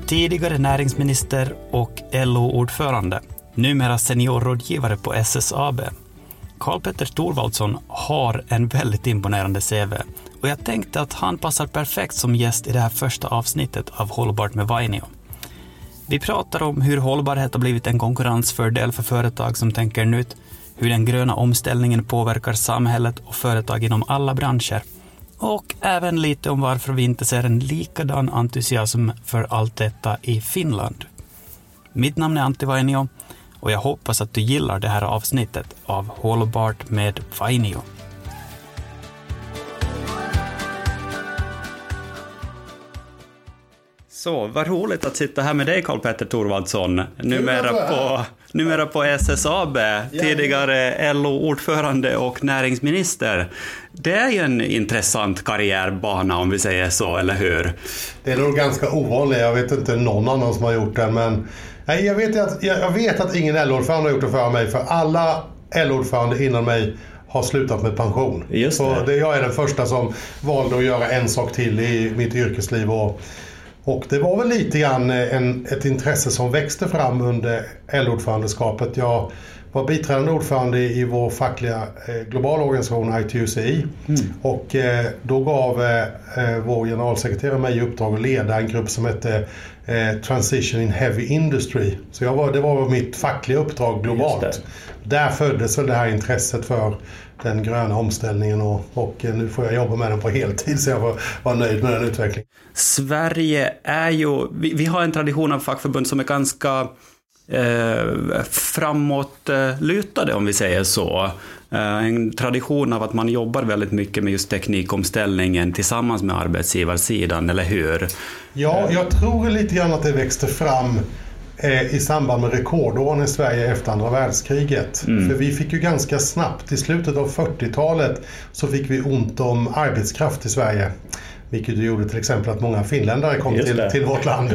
tidigare näringsminister och LO-ordförande, numera seniorrådgivare på SSAB. Karl-Petter Thorvaldsson har en väldigt imponerande CV och jag tänkte att han passar perfekt som gäst i det här första avsnittet av Hållbart med Vainio. Vi pratar om hur hållbarhet har blivit en konkurrensfördel för företag som tänker nytt, hur den gröna omställningen påverkar samhället och företag inom alla branscher. Och även lite om varför vi inte ser en likadan entusiasm för allt detta i Finland. Mitt namn är Antti Vainio och jag hoppas att du gillar det här avsnittet av Hållbart med Vainio. Så, vad roligt att sitta här med dig, Karl-Petter Thorvaldsson, numera på SSAB, tidigare LO-ordförande och näringsminister. Det är ju en intressant karriärbana om vi säger så, eller hur? Det är nog ganska ovanligt, jag vet inte någon annan som har gjort det, men jag vet att ingen LO-ordförande har gjort det för mig, för alla LO-ordförande innan mig har slutat med pension. Just det. Så jag är den första som valde att göra en sak till i mitt yrkesliv och det var väl lite grann ett intresse som växte fram under LO-ordförandeskapet. Jag var biträdande ordförande i vår fackliga globala organisation ITUCI och då gav vår generalsekreterare mig i uppdrag att leda en grupp som hette Transition in Heavy Industry. Så det var mitt fackliga uppdrag globalt. Där föddes väl det här intresset för den gröna omställningen och nu får jag jobba med den på heltid så jag får vara nöjd med den utvecklingen. Sverige är ju, vi har en tradition av fackförbund som är ganska framåtlutade om vi säger så. En tradition av att man jobbar väldigt mycket med just teknikomställningen tillsammans med arbetsgivarsidan, eller hur? Ja, jag tror lite grann att det växte fram i samband med rekordåren i Sverige efter andra världskriget. För vi fick ju ganska snabbt, i slutet av 40-talet så fick vi ont om arbetskraft i Sverige. Vilket gjorde till exempel att många finländare kom till vårt land.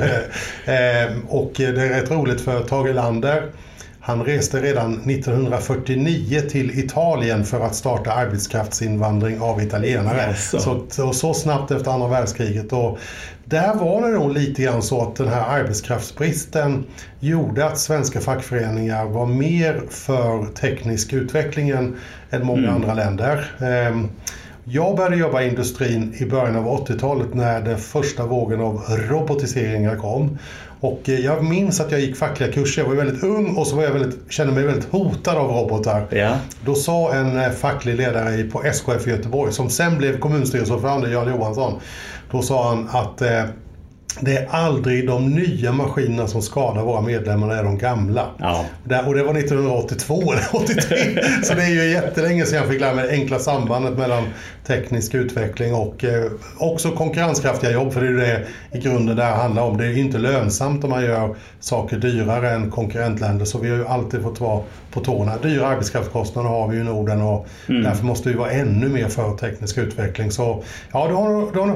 Och det är rätt roligt för Tage Erlander. Han reste redan 1949 till Italien för att starta arbetskraftsinvandring av italienare. Så snabbt efter andra världskriget. Och där var det nog lite grann så att den här arbetskraftsbristen gjorde att svenska fackföreningar var mer för teknisk utveckling än många andra länder. Jag började jobba i industrin i början av 80-talet när den första vågen av robotiseringar kom. Och jag minns att jag gick fackliga kurser, jag var väldigt ung och så kände mig väldigt hotad av robotar. Ja. Då sa en facklig ledare på SKF i Göteborg, som sen blev kommunstyrelseordförande, Jan Johansson, då sa han att det är aldrig de nya maskinerna som skadar våra medlemmar, det är de gamla. Ja. Och det var 1982 eller 83. Så det är ju jättelänge sedan jag fick lära mig det enkla sambandet mellan teknisk utveckling och också konkurrenskraftiga jobb. För det är ju det i grunden det här handlar om. Det är ju inte lönsamt om man gör saker dyrare än konkurrentländer. Så vi har ju alltid fått vara på tårna. Dyra arbetskraftskostnader har vi ju i Norden och därför måste vi vara ännu mer för teknisk utveckling. Så ja,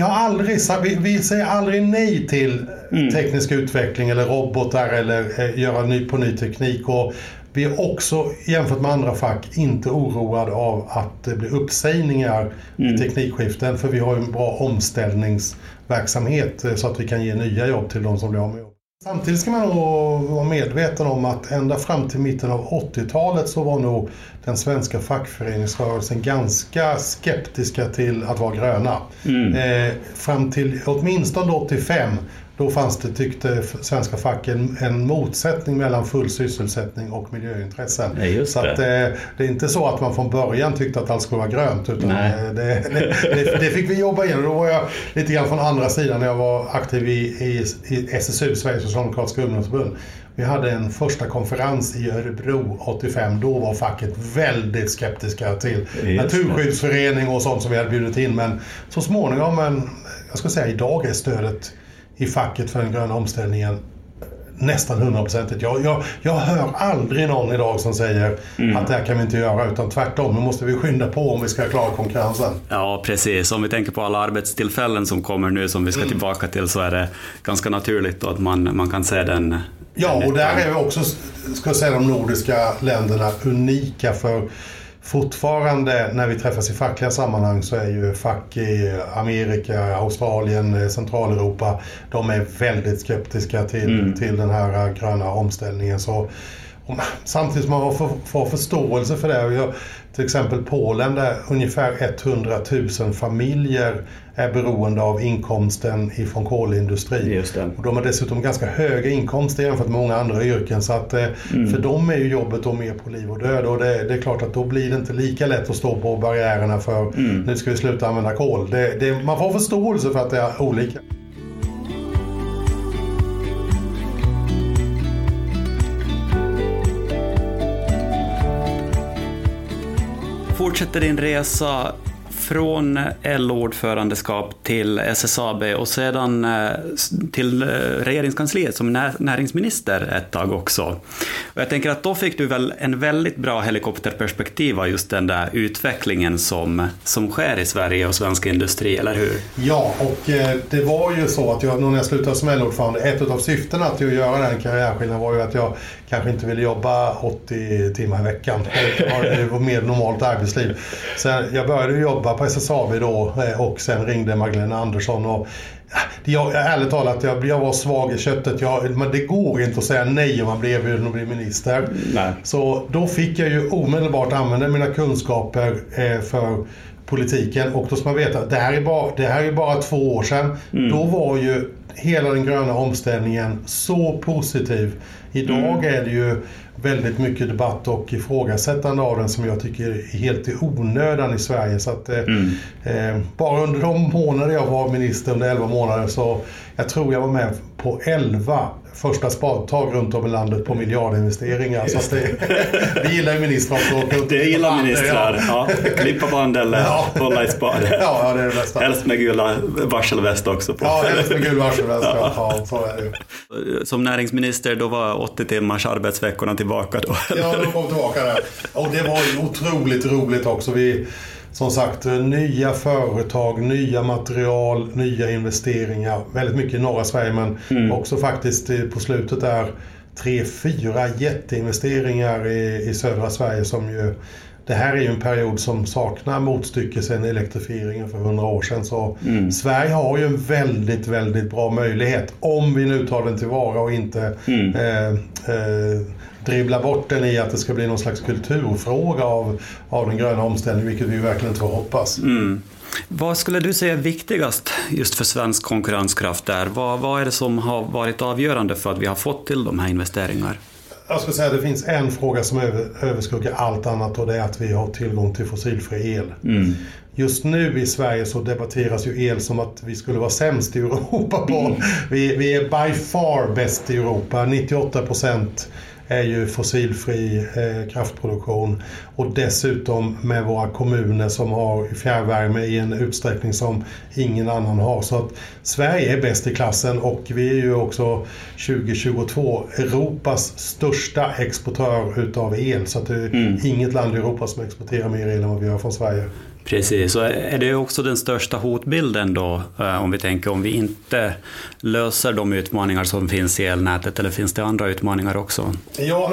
vi säger aldrig nej till teknisk utveckling eller robotar eller göra ny teknik, och vi är också jämfört med andra fack inte oroade av att det blir uppsägningar i teknikskiften, för vi har en bra omställningsverksamhet så att vi kan ge nya jobb till de som blir av med jobb. Samtidigt ska man nog vara medveten om att ända fram till mitten av 80-talet så var nog den svenska fackföreningsrörelsen ganska skeptiska till att vara gröna. Fram till åtminstone 85, då tyckte svenska facken en motsättning mellan full sysselsättning och miljöintressen. Så att, det är inte så att man från början tyckte att allt skulle vara grönt, utan det fick vi jobba igen. Då var jag lite grann från andra sidan när jag var aktiv i SSU, Sveriges Socialdemokratiska ungdomsförbund. Vi hade en första konferens i Örebro 85. Då var facket väldigt skeptiska till naturskyddsförening och sånt som vi hade bjudit in. Men så småningom, jag ska säga idag är stödet i facket för den gröna omställningen nästan 100%. Jag hör aldrig någon idag som säger att det här kan vi inte göra, utan tvärtom, nu måste vi skynda på om vi ska klara konkurrensen. Ja, precis. Om vi tänker på alla arbetstillfällen som kommer nu som vi ska tillbaka till, så är det ganska naturligt att man kan se den. Ja, och där är vi också, ska jag säga, de nordiska länderna unika för fortfarande när vi träffas i fackliga sammanhang så är ju fack i Amerika, Australien, Centraleuropa, de är väldigt skeptiska till den här gröna omställningen. Så samtidigt som man får förståelse för det. Till exempel Polen där ungefär 100 000 familjer är beroende av inkomsten ifrån kolindustrin. Just det. Och de har dessutom ganska höga inkomster jämfört med många andra yrken. Så att för dem är ju jobbet då mer på liv och död. Och det är klart att då blir det inte lika lätt att stå på barriärerna för nu ska vi sluta använda kol. Man får förståelse för att det är olika. Fortsätter din resa från LO-ordförandeskap till SSAB och sedan till regeringskansliet som näringsminister ett tag också. Och jag tänker att då fick du väl en väldigt bra helikopterperspektiv av just den där utvecklingen som sker i Sverige och svensk industri, eller hur? Ja, och det var ju så att när jag slutade som LO-ordförande, ett av syftena till att göra den karriärskillnaden var ju att jag kanske inte ville jobba 80 timmar i veckan. Det var mer normalt arbetsliv. Så jag började jobba på SSAB då och sen ringde Magdalena Andersson och ärligt talat, jag var svag i köttet. Men det går inte att säga nej om man blir erbjuden att bli minister. Nej. Så då fick jag ju omedelbart använda mina kunskaper för politiken. Och då ska man veta att det här är bara 2 år sedan. Då var ju hela den gröna omställningen så positiv. Idag är det ju väldigt mycket debatt och ifrågasättande av den som jag tycker är helt i onödan i Sverige. Så att, bara under de månader jag var minister, under 11 månader, så jag tror jag var med på 11 första spadtag runt om i landet på miljardinvesteringar. Så att vi gillar ju ministrar. Det gillar ministrar. Ja. Klippa band eller hålla i spad. Ja, det är det bästa. Helst med gula varselväst också. Ja, helst med gul varselväst. Ja, så är det ju. Som näringsminister då var 80 timmars arbetsveckorna tillbaka då? Ja, de kom tillbaka där. Och det var ju otroligt roligt också. Som sagt, nya företag, nya material, nya investeringar. Väldigt mycket i norra Sverige, men också faktiskt på slutet där 3-4 jätteinvesteringar i södra Sverige som ju... Det här är ju en period som saknar motstycke sedan elektrifieringen för 100 år sedan. Så Sverige har ju en väldigt, väldigt bra möjlighet om vi nu tar den tillvara och inte dribbla bort den i att det ska bli någon slags kulturfråga av den gröna omställningen, vilket vi ju verkligen inte får hoppas. Vad skulle du säga är viktigast just för svensk konkurrenskraft där? Vad är det som har varit avgörande för att vi har fått till de här investeringarna? Jag skulle säga att det finns en fråga som överskuggar allt annat, och det är att vi har tillgång till fossilfri el. Just nu i Sverige så debatteras ju el som att vi skulle vara sämst i Europa på. Vi är by far bäst i Europa. 98% är ju fossilfri kraftproduktion, och dessutom med våra kommuner som har fjärrvärme i en utsträckning som ingen annan har. Så att Sverige är bäst i klassen, och vi är ju också 2022 Europas största exportör utav el. Så att det är inget land i Europa som exporterar mer el än vad vi gör från Sverige. Precis, så är det också den största hotbilden då, om vi tänker om vi inte löser de utmaningar som finns i elnätet, eller finns det andra utmaningar också? Ja,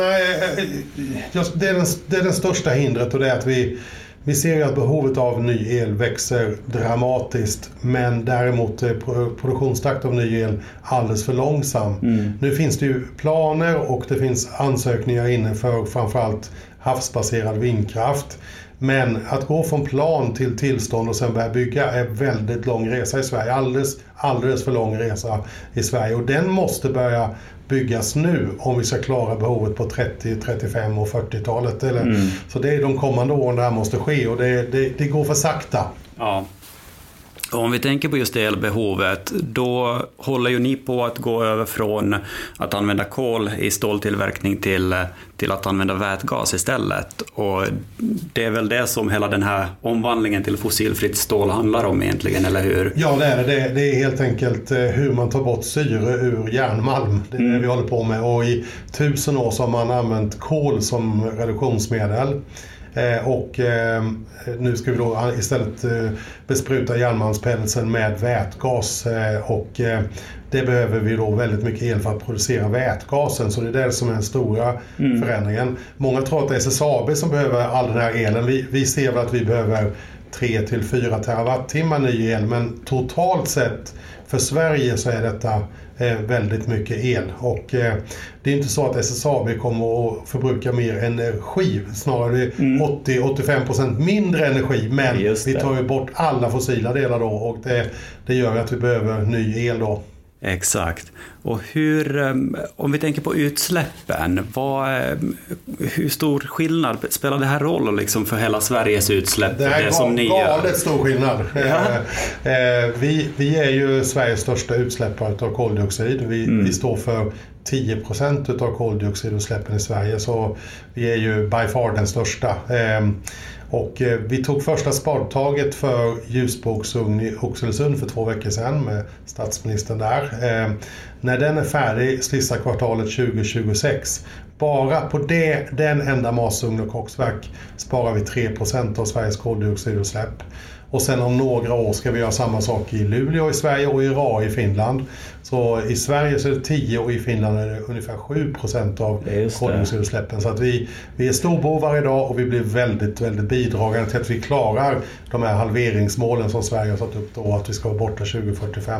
det är den största hindret, och det är att vi ser ju att behovet av ny el växer dramatiskt, men däremot är produktionstakt av ny el alldeles för långsam. Nu finns det ju planer och det finns ansökningar inne för framförallt havsbaserad vindkraft. Men att gå från plan till tillstånd och sen börja bygga är väldigt lång resa i Sverige. Alldeles för lång resa i Sverige. Och den måste börja byggas nu om vi ska klara behovet på 30, 35 och 40-talet. Så det är de kommande åren det här måste ske, och det går för sakta. Ja. Om vi tänker på just elbehovet, då håller ju ni på att gå över från att använda kol i ståltillverkning till att använda vätgas istället. Och det är väl det som hela den här omvandlingen till fossilfritt stål handlar om egentligen, eller hur? Ja, det är det. Det är helt enkelt hur man tar bort syre ur järnmalm. Det är det vi håller på med. Och i 1000 år så har man använt kol som reduktionsmedel. Och nu ska vi då istället bespruta järnmalmspelletsen med vätgas. Och det behöver vi då väldigt mycket el för att producera vätgasen. Så det är det som är den stora förändringen. Många tror att det är SSAB som behöver all den här elen. Vi ser väl att vi behöver 3-4 terawattimmar ny el. Men totalt sett för Sverige så är detta väldigt mycket el. Och det är inte så att SSAB kommer att förbruka mer energi. Snarare 80-85% mindre energi. Men vi tar ju bort alla fossila delar då. Och det gör att vi behöver ny el då. Exakt. Och om vi tänker på utsläppen, hur stor skillnad spelar det här roll liksom för hela Sveriges utsläpp? Det är galet stor skillnad. Ja. Vi är ju Sveriges största utsläppare av koldioxid. Vi står för 10% av koldioxidutsläppen i Sverige, så vi är ju by far den största. Och vi tog första spadtaget för ljusbågsugn i Oxelösund för 2 veckor sedan med statsministern där. När den är färdig sista kvartalet 2026, bara på den enda masugn och koksverk sparar vi 3% av Sveriges koldioxidutsläpp. Och sen om några år ska vi göra samma sak i Luleå i Sverige och i Ra i Finland. Så i Sverige så är det 10 och i Finland är det ungefär 7% av koldioxidutsläppen. Så att vi är storbovar idag och vi blir väldigt, väldigt bidragande till att vi klarar de här halveringsmålen som Sverige har satt upp då, att vi ska vara borta 2045.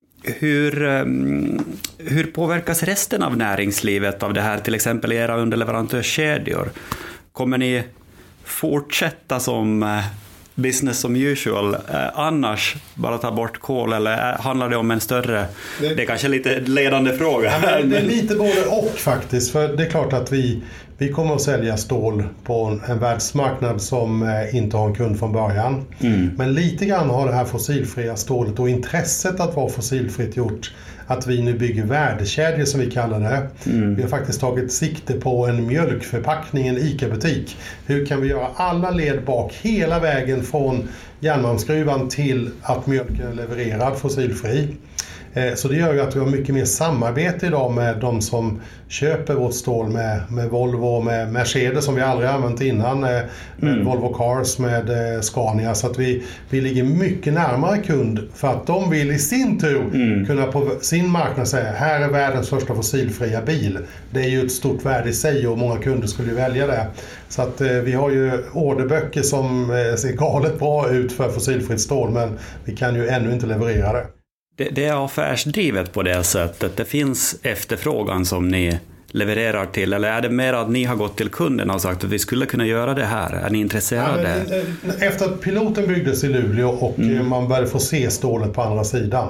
Hur påverkas resten av näringslivet av det här, till exempel era underleverantörskedjor? Kommer ni fortsätta som business som usual, annars bara ta bort kol, eller handlar det om en större, det är kanske lite ledande fråga. Ja, det är lite både och faktiskt, för det är klart att vi kommer att sälja stål på en världsmarknad som inte har en kund från början. Men lite grann har det här fossilfria stålet och intresset att vara fossilfritt gjort att vi nu bygger värdekedjor som vi kallar det. Vi har faktiskt tagit sikte på en mjölkförpackning, en ICA-butik. Hur kan vi göra alla led bak hela vägen från järnmalmsgruvan till att mjölken är levererad fossilfri? Så det gör ju att vi har mycket mer samarbete idag med de som köper vårt stål, med Volvo och med Mercedes som vi aldrig använt innan, med Volvo Cars, med Scania. Så att vi ligger mycket närmare kund för att de vill i sin tur kunna på sin marknad säga här är världens första fossilfria bil. Det är ju ett stort värde i sig och många kunder skulle ju välja det. Så att vi har ju orderböcker som ser galet bra ut för fossilfritt stål, men vi kan ju ännu inte leverera det. Det är affärsdrivet på det sättet. Det finns efterfrågan som ni levererar till, eller är det mer att ni har gått till kunderna och sagt att vi skulle kunna göra det här? Är ni intresserade? Efter att piloten byggdes i Luleå och man började få se stålet på andra sidan,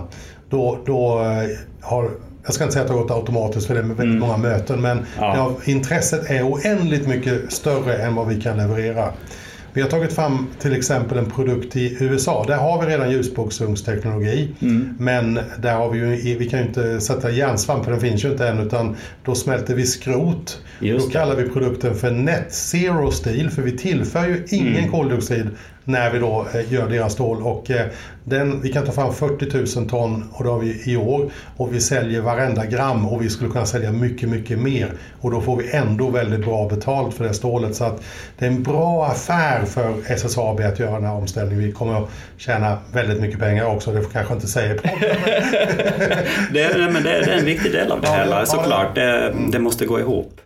då har, jag ska inte säga att det har gått automatiskt för det med väldigt många möten, men intresset är oändligt mycket större än vad vi kan leverera. Vi har tagit fram till exempel en produkt i USA. Där har vi redan ljusbågsugnsteknologi. Men där har vi kan ju inte sätta järnsvamp, för den finns ju inte än, utan då smälter vi skrot. Då kallar vi produkten för Net Zero Steel, för vi tillför ju ingen koldioxid när vi då gör deras stål. Och vi kan ta fram 40 000 ton och det har vi i år. Och vi säljer varenda gram och vi skulle kunna sälja mycket, mycket mer. Och då får vi ändå väldigt bra betalt för det stålet. Så att det är en bra affär för SSAB att göra den här omställningen. Vi kommer att tjäna väldigt mycket pengar också. Det får kanske inte säga på. det är en viktig del av det hela, såklart. Det måste gå ihop.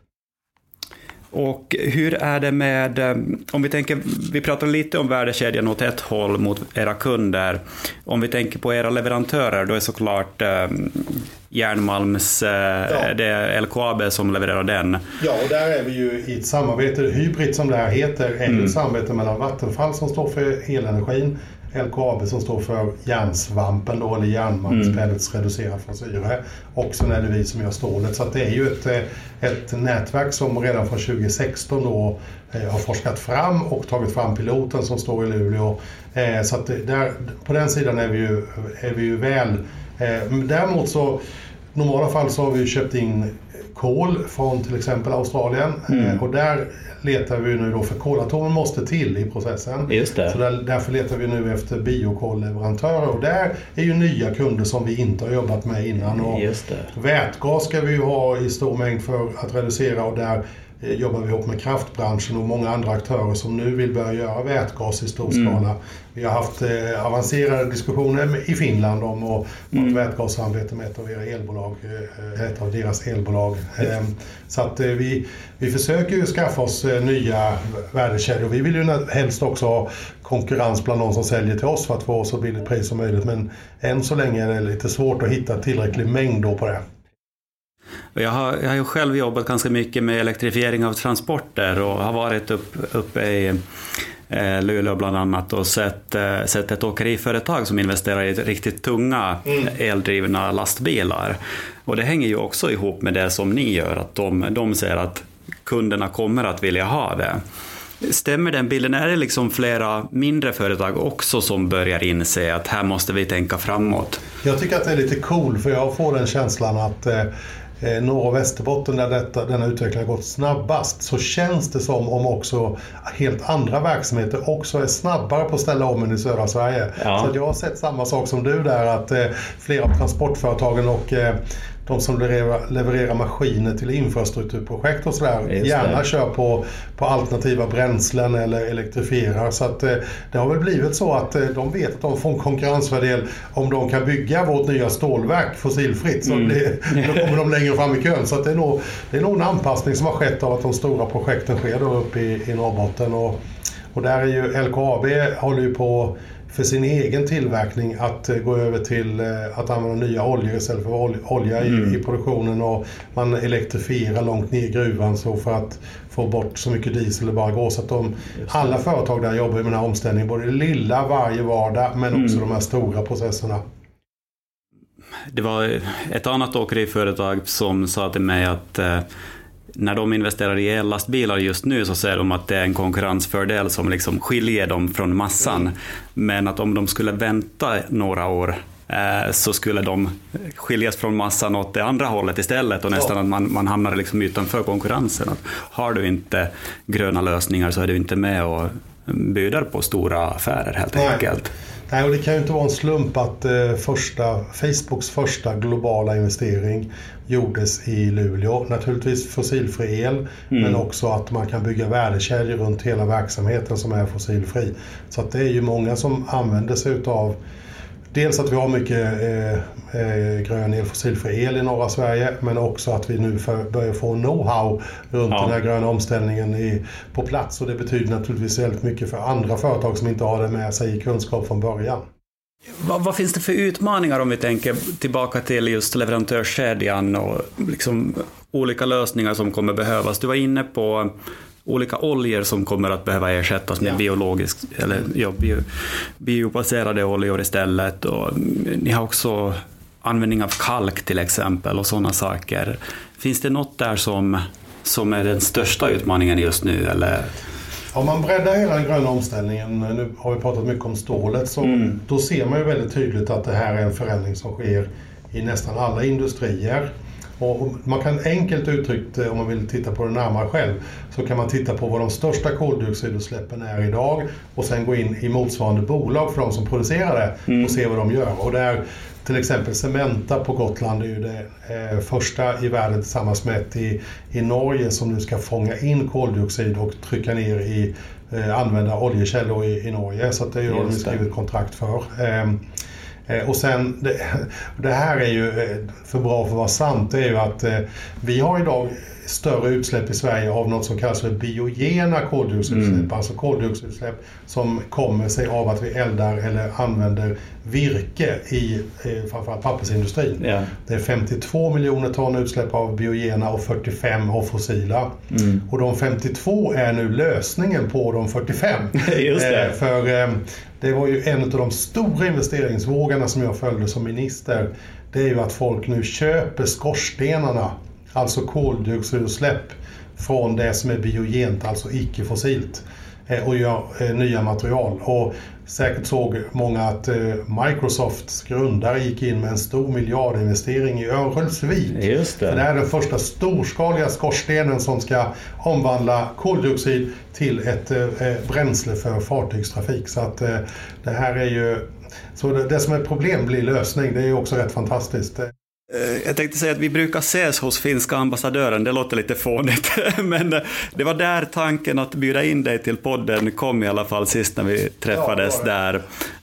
Och hur är det med, om vi tänker, vi pratar lite om värdekedjan åt ett håll mot era kunder. Om vi tänker på era leverantörer, då är såklart järnmalms, det är LKAB som levererar den. Ja, och där är vi ju i ett samarbete, Hybrid som det här heter, är ju ett samarbete mellan Vattenfall som står för elenergin, LKAB som står för järnsvampen då, eller järnmalmspellets reducerad från syre, och sen är det vi som gör stålet. Så att det är ju ett nätverk som redan från 2016 då har forskat fram och tagit fram piloten som står i Luleå. Så att på den sidan är vi ju väl. Däremot så i normala fall så har vi köpt in kol från till exempel Australien och där letar vi nu då, för kolatomen måste till i processen. Just det. Så därför letar vi nu efter biokolleverantörer, och där är ju nya kunder som vi inte har jobbat med innan. Och just det. Vätgas ska vi ju ha i stor mängd för att reducera, och där jobbar vi ihop med kraftbranschen och många andra aktörer som nu vill börja göra vätgas i stor skala. Vi har haft avancerade diskussioner i Finland om att vätgassamarbete med ett av deras elbolag. Så att vi försöker ju skaffa oss nya värdekedjor. Vi vill ju helst också ha konkurrens bland de som säljer till oss för att få så billigt pris som möjligt. Men än så länge är det lite svårt att hitta tillräcklig mängd då på det. Jag har ju själv jobbat ganska mycket med elektrifiering av transporter och har varit uppe i Luleå bland annat och sett ett åkeriföretag som investerar i riktigt tunga eldrivna lastbilar. Och det hänger ju också ihop med det som ni gör, att de ser att kunderna kommer att vilja ha det. Stämmer den bilden? Är det liksom flera mindre företag också som börjar inse att här måste vi tänka framåt? Jag tycker att det är lite cool, för jag får den känslan att Norr- och Västerbotten där denna utveckling har gått snabbast, så känns det som om också helt andra verksamheter också är snabbare på att ställa om än i södra Sverige. Ja. Så jag har sett samma sak som du där, att flera av transportföretagen och de som levererar maskiner till infrastrukturprojekt och sådär gärna kör på alternativa bränslen eller elektrifierar. Så att det har väl blivit så att de vet att de får en konkurrensfördel om de kan bygga vårt nya stålverk fossilfritt. Så då kommer de längre fram i kön. Så att det är nog en anpassning som har skett av att de stora projekten sker då uppe i Norrbotten. Och där är ju LKAB håller ju på för sin egen tillverkning att gå över till att använda nya oljor istället för olja i produktionen, och man elektrifierar långt ner i gruvan så för att få bort så mycket diesel det bara går. Så att alla företag där jobbar med den här omställningen, både lilla varje vardag men också de här stora processerna. Det var ett annat åkeriföretag som sa till mig att när de investerar i ellastbilar just nu så ser de att det är en konkurrensfördel som liksom skiljer dem från massan. Men att om de skulle vänta några år så skulle de skiljas från massan åt det andra hållet istället, och nästan att man hamnar liksom utanför konkurrensen. Att har du inte gröna lösningar så är du inte med och bjuder på stora affärer helt enkelt. Nej, och det kan ju inte vara en slump att Facebooks första globala investering gjordes i Luleå. Naturligtvis fossilfri el, men också att man kan bygga värdekedjor runt hela verksamheten som är fossilfri. Så att det är ju många som använder sig utav dels att vi har mycket grön el, fossilfri el i norra Sverige, men också att vi nu börjar få know-how runt den här gröna omställningen på plats. Och det betyder naturligtvis väldigt mycket för andra företag som inte har det med sig i kunskap från början. Vad finns det för utmaningar om vi tänker tillbaka till just leverantörskedjan och liksom olika lösningar som kommer behövas? Du var inne på olika oljor som kommer att behöva ersättas med biologisk eller biobaserade oljor istället, och ni har också användning av kalk till exempel och sådana saker. Finns det något där som är den största utmaningen just nu, eller? Om man breddar hela den gröna omställningen, nu har vi pratat mycket om stålet, så då ser man ju väldigt tydligt att det här är en förändring som sker i nästan alla industrier. Och man kan enkelt uttryckt, om man vill titta på det närmare själv, så kan man titta på vad de största koldioxidutsläppen är idag och sen gå in i motsvarande bolag för de som producerar det och se vad de gör. Och där till exempel Cementa på Gotland är ju det första i världen tillsammans med i Norge som nu ska fånga in koldioxid och trycka ner i använda oljekällor i Norge. Så att det är ju de skrivit kontrakt för. Och sen, det här är ju för bra för att vara sant, det är ju att vi har idag större utsläpp i Sverige av något som kallas för biogena koldioxidutsläpp, alltså koldioxidutsläpp som kommer sig av att vi eldar eller använder virke i framförallt pappersindustrin. Yeah. Det är 52 miljoner ton utsläpp av biogena och 45 av fossila. Och de 52 är nu lösningen på de 45. Just det. För det var ju en av de stora investeringsvågorna som jag följde som minister. Det är ju att folk nu köper skorstenarna, alltså koldioxidutsläpp från det som är biogent, alltså icke-fossilt, och gör nya material. Och säkert såg många att Microsofts grundare gick in med en stor miljardinvestering i Örnsköldsvik. Just det. Det är den första storskaliga skorstenen som ska omvandla koldioxid till ett bränsle för fartygstrafik. Så att det här är ju, så det som är problem blir lösning, det är ju också rätt fantastiskt. Jag tänkte säga att vi brukar ses hos finska ambassadören, det låter lite fånigt, men det var där tanken att bjuda in dig till podden kom i alla fall sist när vi träffades där.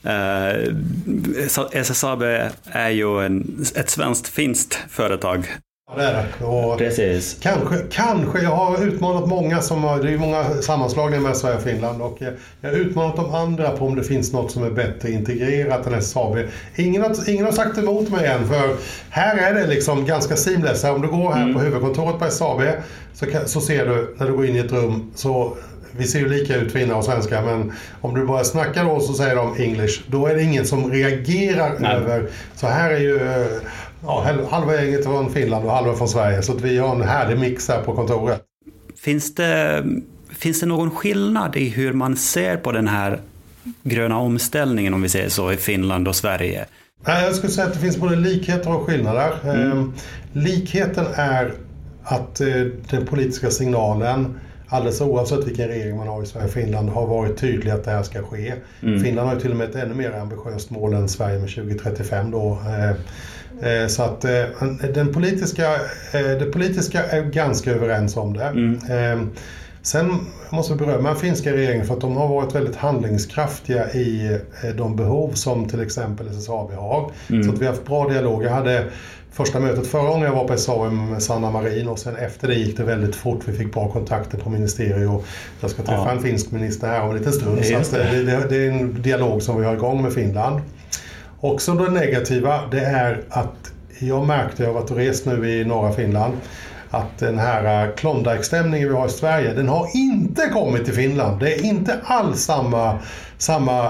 SSAB är ju ett svenskt-finskt företag. Ja, det är det. Och precis. Kanske jag har utmanat många det är ju många sammanslagningar med Sverige och Finland och jag har utmanat de andra på om det finns något som är bättre integrerat än SSAB. Ingen har sagt emot mig än, för här är det liksom ganska seamless. Om du går här på huvudkontoret på SSAB så ser du när du går in i ett rum så vi ser ju lika ut, finnar och svenskar, men om du bara snackar då så säger de English. Då är det ingen som reagerar över. Så här är ju halva gänget från Finland och halva från Sverige. Så att vi har en härlig mix här på kontoret. Finns det någon skillnad i hur man ser på den här gröna omställningen, om vi säger så, i Finland och Sverige? Nej, jag skulle säga att det finns både likheter och skillnader. Likheten är att den politiska signalen, alldeles oavsett vilken regering man har i Sverige och Finland, har varit tydlig att det här ska ske. Finland har ju till och med ett ännu mer ambitiöst mål än Sverige med 2035 då. Så att det politiska är ganska överens om det. Sen måste vi berömma den finska regeringen för att de har varit väldigt handlingskraftiga i de behov som till exempel SSAB har. Så att vi har haft bra dialog. Jag hade första mötet förra gången jag var på SSAB med Sanna Marin och sen efter det gick det väldigt fort. Vi fick bra kontakter på ministeriet och jag ska träffa en finsk minister här om en liten stund. Så det är en dialog som vi har igång med Finland. Också det negativa, det är att jag har varit och rest nu i norra Finland, att den här Klondike-stämningen vi har i Sverige, den har inte kommit till Finland. Det är inte alls samma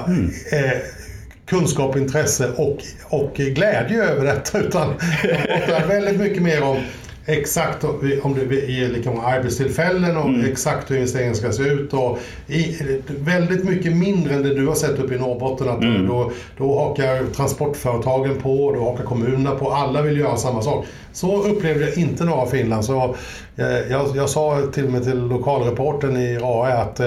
kunskap, intresse och glädje över detta, utan det är väldigt mycket mer om exakt om det är lika många arbetstillfällen och exakt hur investeringen ska se ut och väldigt mycket mindre än det du har sett upp i Norrbotten att då hakar transportföretagen på, då hakar kommunerna på, alla vill göra samma sak. Så upplevde jag inte norra Finland, så jag sa till och med till lokalreporten i RAE att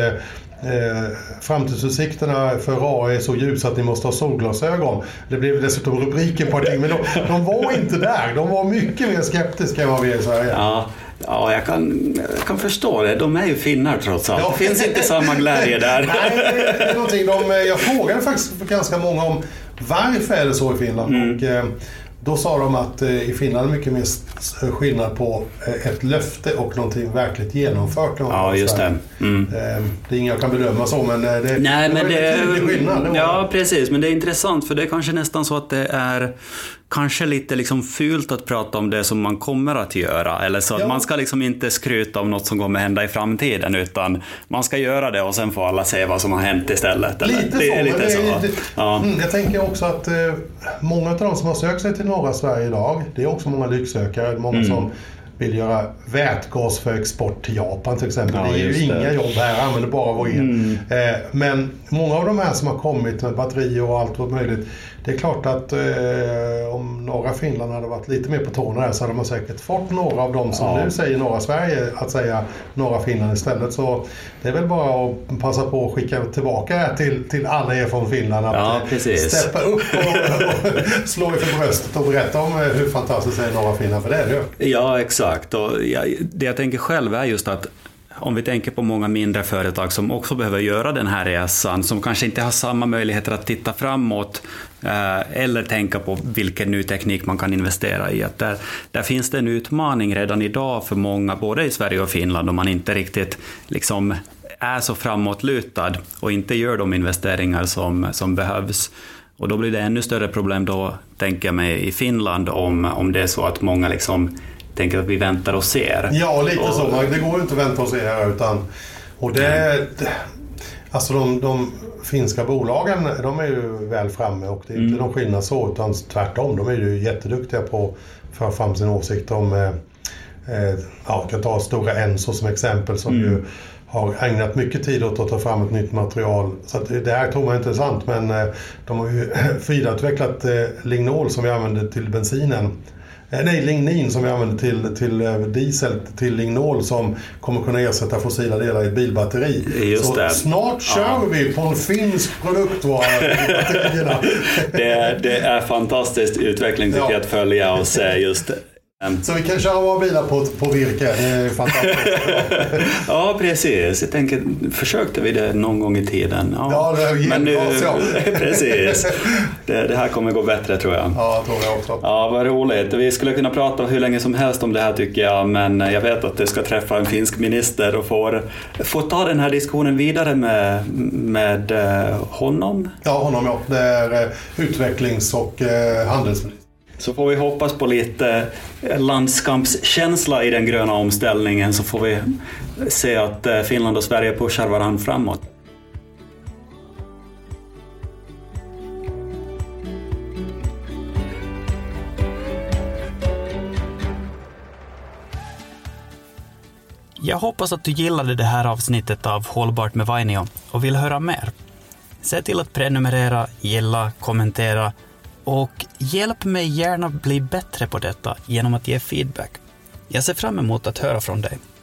framtidsutsikterna för RAE är så ljus att ni måste ha solglasögon. Det blev dessutom rubriken på artikeln, men de var inte där. De var mycket mer skeptiska än vad vi är i Sverige. Ja, jag kan förstå det. De är ju finnar trots allt. Det finns inte samma glädje där. Nej, det är någonting jag frågade faktiskt ganska många om varför är det så i Finland. Och då sa de att i Finland är mycket mer skillnad på ett löfte och någonting verkligt genomfört. Ja, just det. Det är inga jag kan bedöma så, men det är skillnad. Ja, precis. Men det är intressant, för det är kanske nästan så att det är kanske lite liksom fult att prata om det som man kommer att göra. Eller så att man ska liksom inte skryta om något som kommer hända i framtiden, utan man ska göra det och sen får alla se vad som har hänt istället. Lite så. Jag tänker också att många av de som har sökt sig till norra Sverige idag, det är också många lycksökare, många som vill göra vätgas för export till Japan till exempel. Det är ju inga jobb här, använder bara vår el. Men många av de här som har kommit med batterier och allt vad möjligt, det är klart att om norra Finland hade varit lite mer på tårna där så hade man säkert fått några av dem som nu säger norra Sverige att säga norra Finland istället. Så det är väl bara att passa på att skicka tillbaka till alla er från Finland att steppa upp och slå er för bröstet och berätta om hur fantastiskt är norra Finland, för det är det ju. Ja, exakt. Och det jag tänker själv är just att om vi tänker på många mindre företag som också behöver göra den här resan, som kanske inte har samma möjligheter att titta framåt eller tänka på vilken ny teknik man kan investera i. Att där finns det en utmaning redan idag för många, både i Sverige och Finland, om man inte riktigt liksom är så framåtlutad och inte gör de investeringar som behövs. Och då blir det ännu större problem då, tänker jag mig, i Finland om det är så att många liksom tänker att vi väntar och ser. Ja, lite så. Det går ju inte att vänta och se här, utan alltså de finska bolagen, de är ju väl framme och det är inte någon skillnad så, utan tvärtom. De är ju jätteduktiga på att föra fram sin åsikt om jag kan ta Stora Enso som exempel, som ju har ägnat mycket tid åt att ta fram ett nytt material. Så att det här tror man är intressant, men de har ju vidareutvecklat lignol som vi använder till bensinen. Nej, lignin som vi använder till diesel, till lignol som kommer kunna ersätta fossila delar i ett bilbatteri. Just så det. Snart kör vi på en finsk produktvara i batterierna. Det är fantastisk utveckling tycker jag att följa och se just det. Så vi kan köra våra bilar på virke, det är fantastiskt. Ja, precis. Jag tänker, försökte vi det någon gång i tiden? Ja, det är men nu, precis. Det här kommer gå bättre tror jag. Ja, jag tror jag också. Ja, vad roligt. Vi skulle kunna prata hur länge som helst om det här tycker jag, men jag vet att du ska träffa en finsk minister och få ta den här diskussionen vidare med honom. Ja, honom ja. Det är utvecklings- och handelsminister. Så får vi hoppas på lite landskampskänsla i den gröna omställningen, så får vi se att Finland och Sverige pushar varandra framåt. Jag hoppas att du gillade det här avsnittet av Hållbart med Vainio och vill höra mer. Se till att prenumerera, gilla, kommentera och hjälp mig gärna bli bättre på detta genom att ge feedback. Jag ser fram emot att höra från dig.